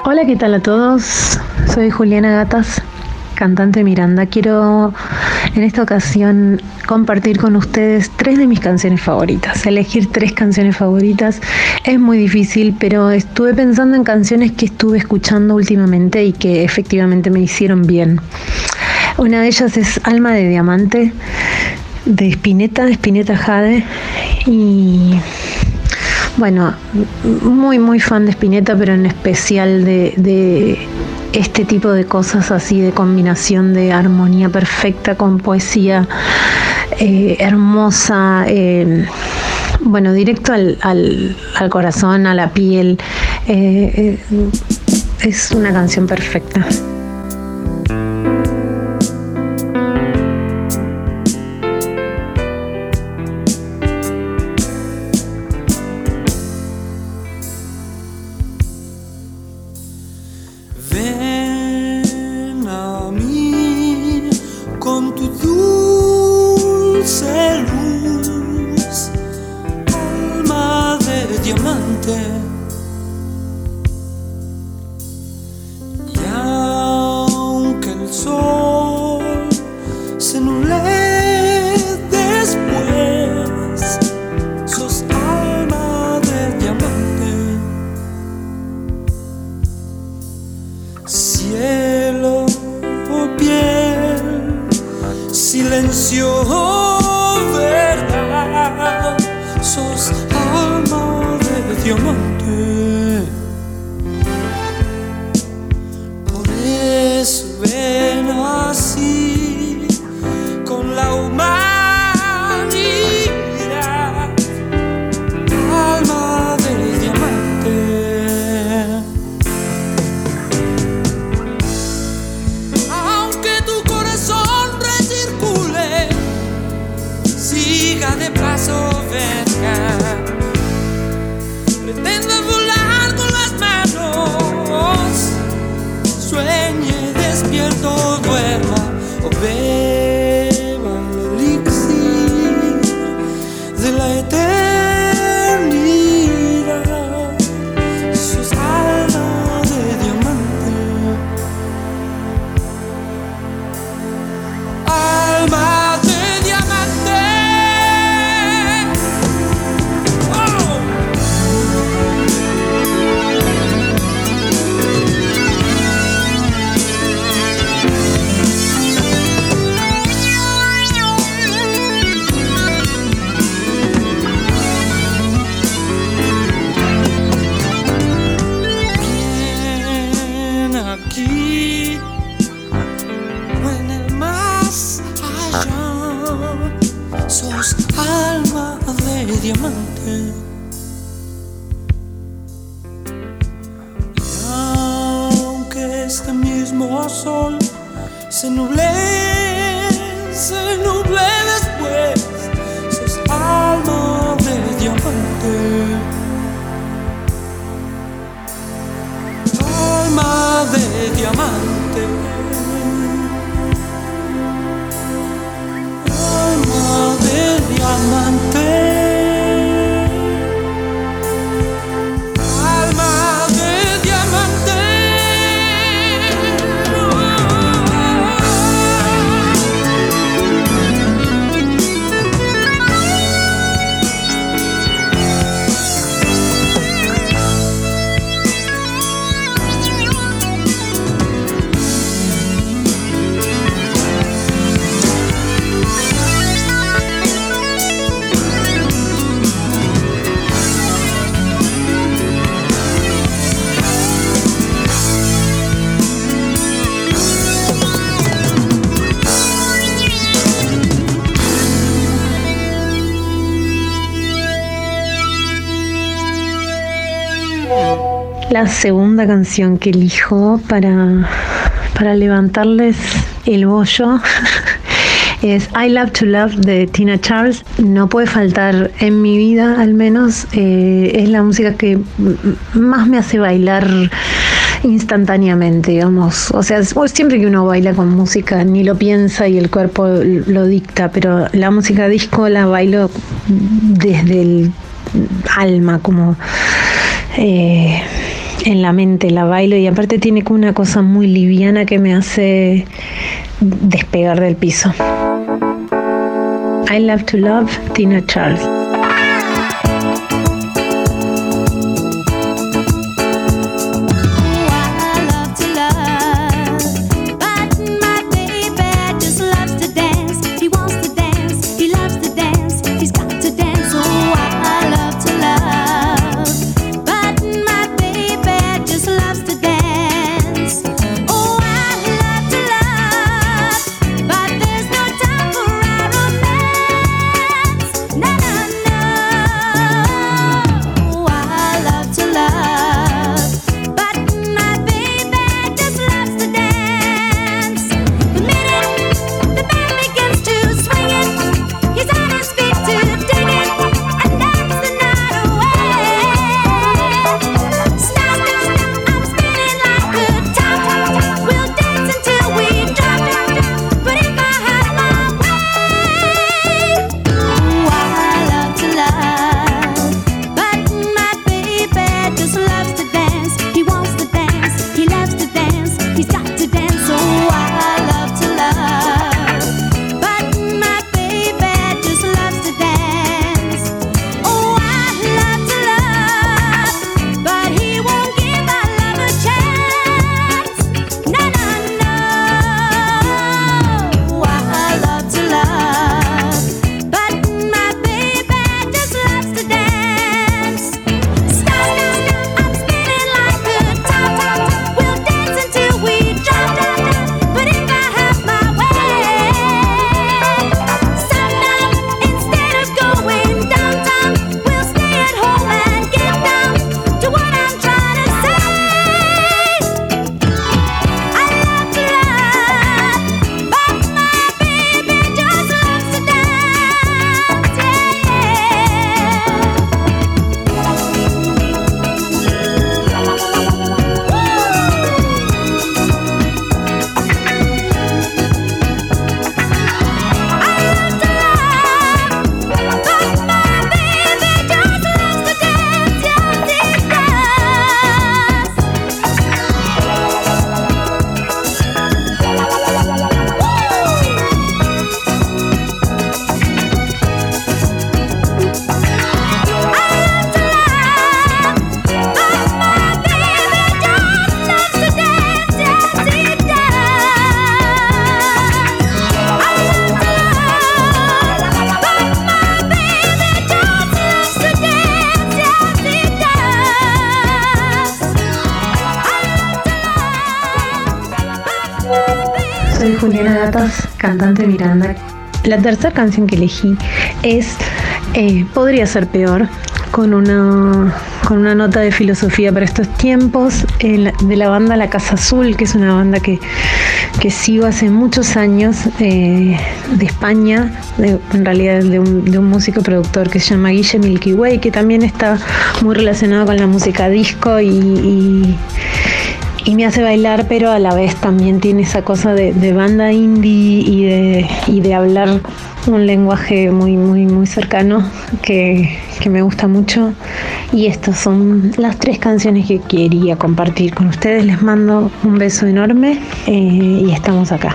Hola, ¿qué tal a todos? Soy Juliana Gatas, cantante Miranda. Quiero en esta ocasión compartir con ustedes 3 de mis canciones favoritas. Elegir 3 canciones favoritas es muy difícil, pero estuve pensando en canciones que estuve escuchando últimamente y que efectivamente me hicieron bien. Una de ellas es Alma de Diamante, de Spinetta Jade. Y bueno, muy fan de Spinetta, pero en especial de este tipo de cosas así, de combinación de armonía perfecta con poesía hermosa, bueno, directo al corazón, a la piel. Es una canción perfecta. Ven a mí con tu dulce luz, alma de diamante, y aunque el sol se nuble después, sos alma de diamante. Cielo o piel, silencio o verdad, sos alma de diamante. Por eso ven así con la humanidad, alma de diamante. De paso venga, pretende volar con las manos, sueñe despierto, duerma o beba el elixir de la eternidad. Sos alma de diamante, alma de diamante. Aquí o en el más allá, sos alma de diamante. Y aunque este mismo sol se nuble después, sos alma de diamante. Alma de diamante, alma de diamante, alma de diamante. La segunda canción que elijo para levantarles el bollo es I Love to Love de Tina Charles. No puede faltar en mi vida, al menos. Es la música que más me hace bailar instantáneamente, digamos. O sea, siempre que uno baila con música ni lo piensa y el cuerpo lo dicta, pero la música disco la bailo desde el alma, como en la mente, la bailo y aparte tiene como una cosa muy liviana que me hace despegar del piso. I Love to Love, Tina Charles. Soy Juliana Gatas, cantante Miranda. La tercera canción que elegí es Podría ser peor, con una nota de filosofía para estos tiempos, de la banda La Casa Azul, que es una banda que sigo hace muchos años, de España, en realidad de un músico productor que se llama Guille Milky Way, que también está muy relacionado con la música disco y me hace bailar, pero a la vez también tiene esa cosa de banda indie y de hablar un lenguaje muy, muy, muy cercano que me gusta mucho. Y estas son las 3 canciones que quería compartir con ustedes. Les mando un beso enorme y estamos acá.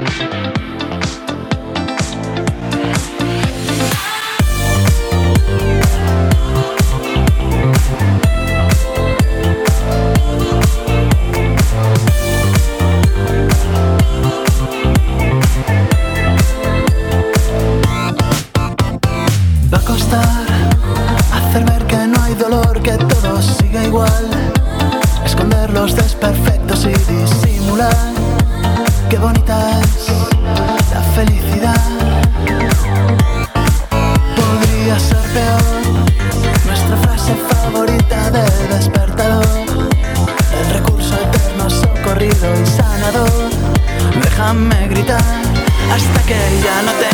Hacer ver que no hay dolor, que todo sigue igual, esconder los desperfectos y disimular. Qué bonita es la felicidad. Podría ser peor, nuestra frase favorita del despertador, el recurso eterno, socorrido y sanador. Déjame gritar hasta que ya no te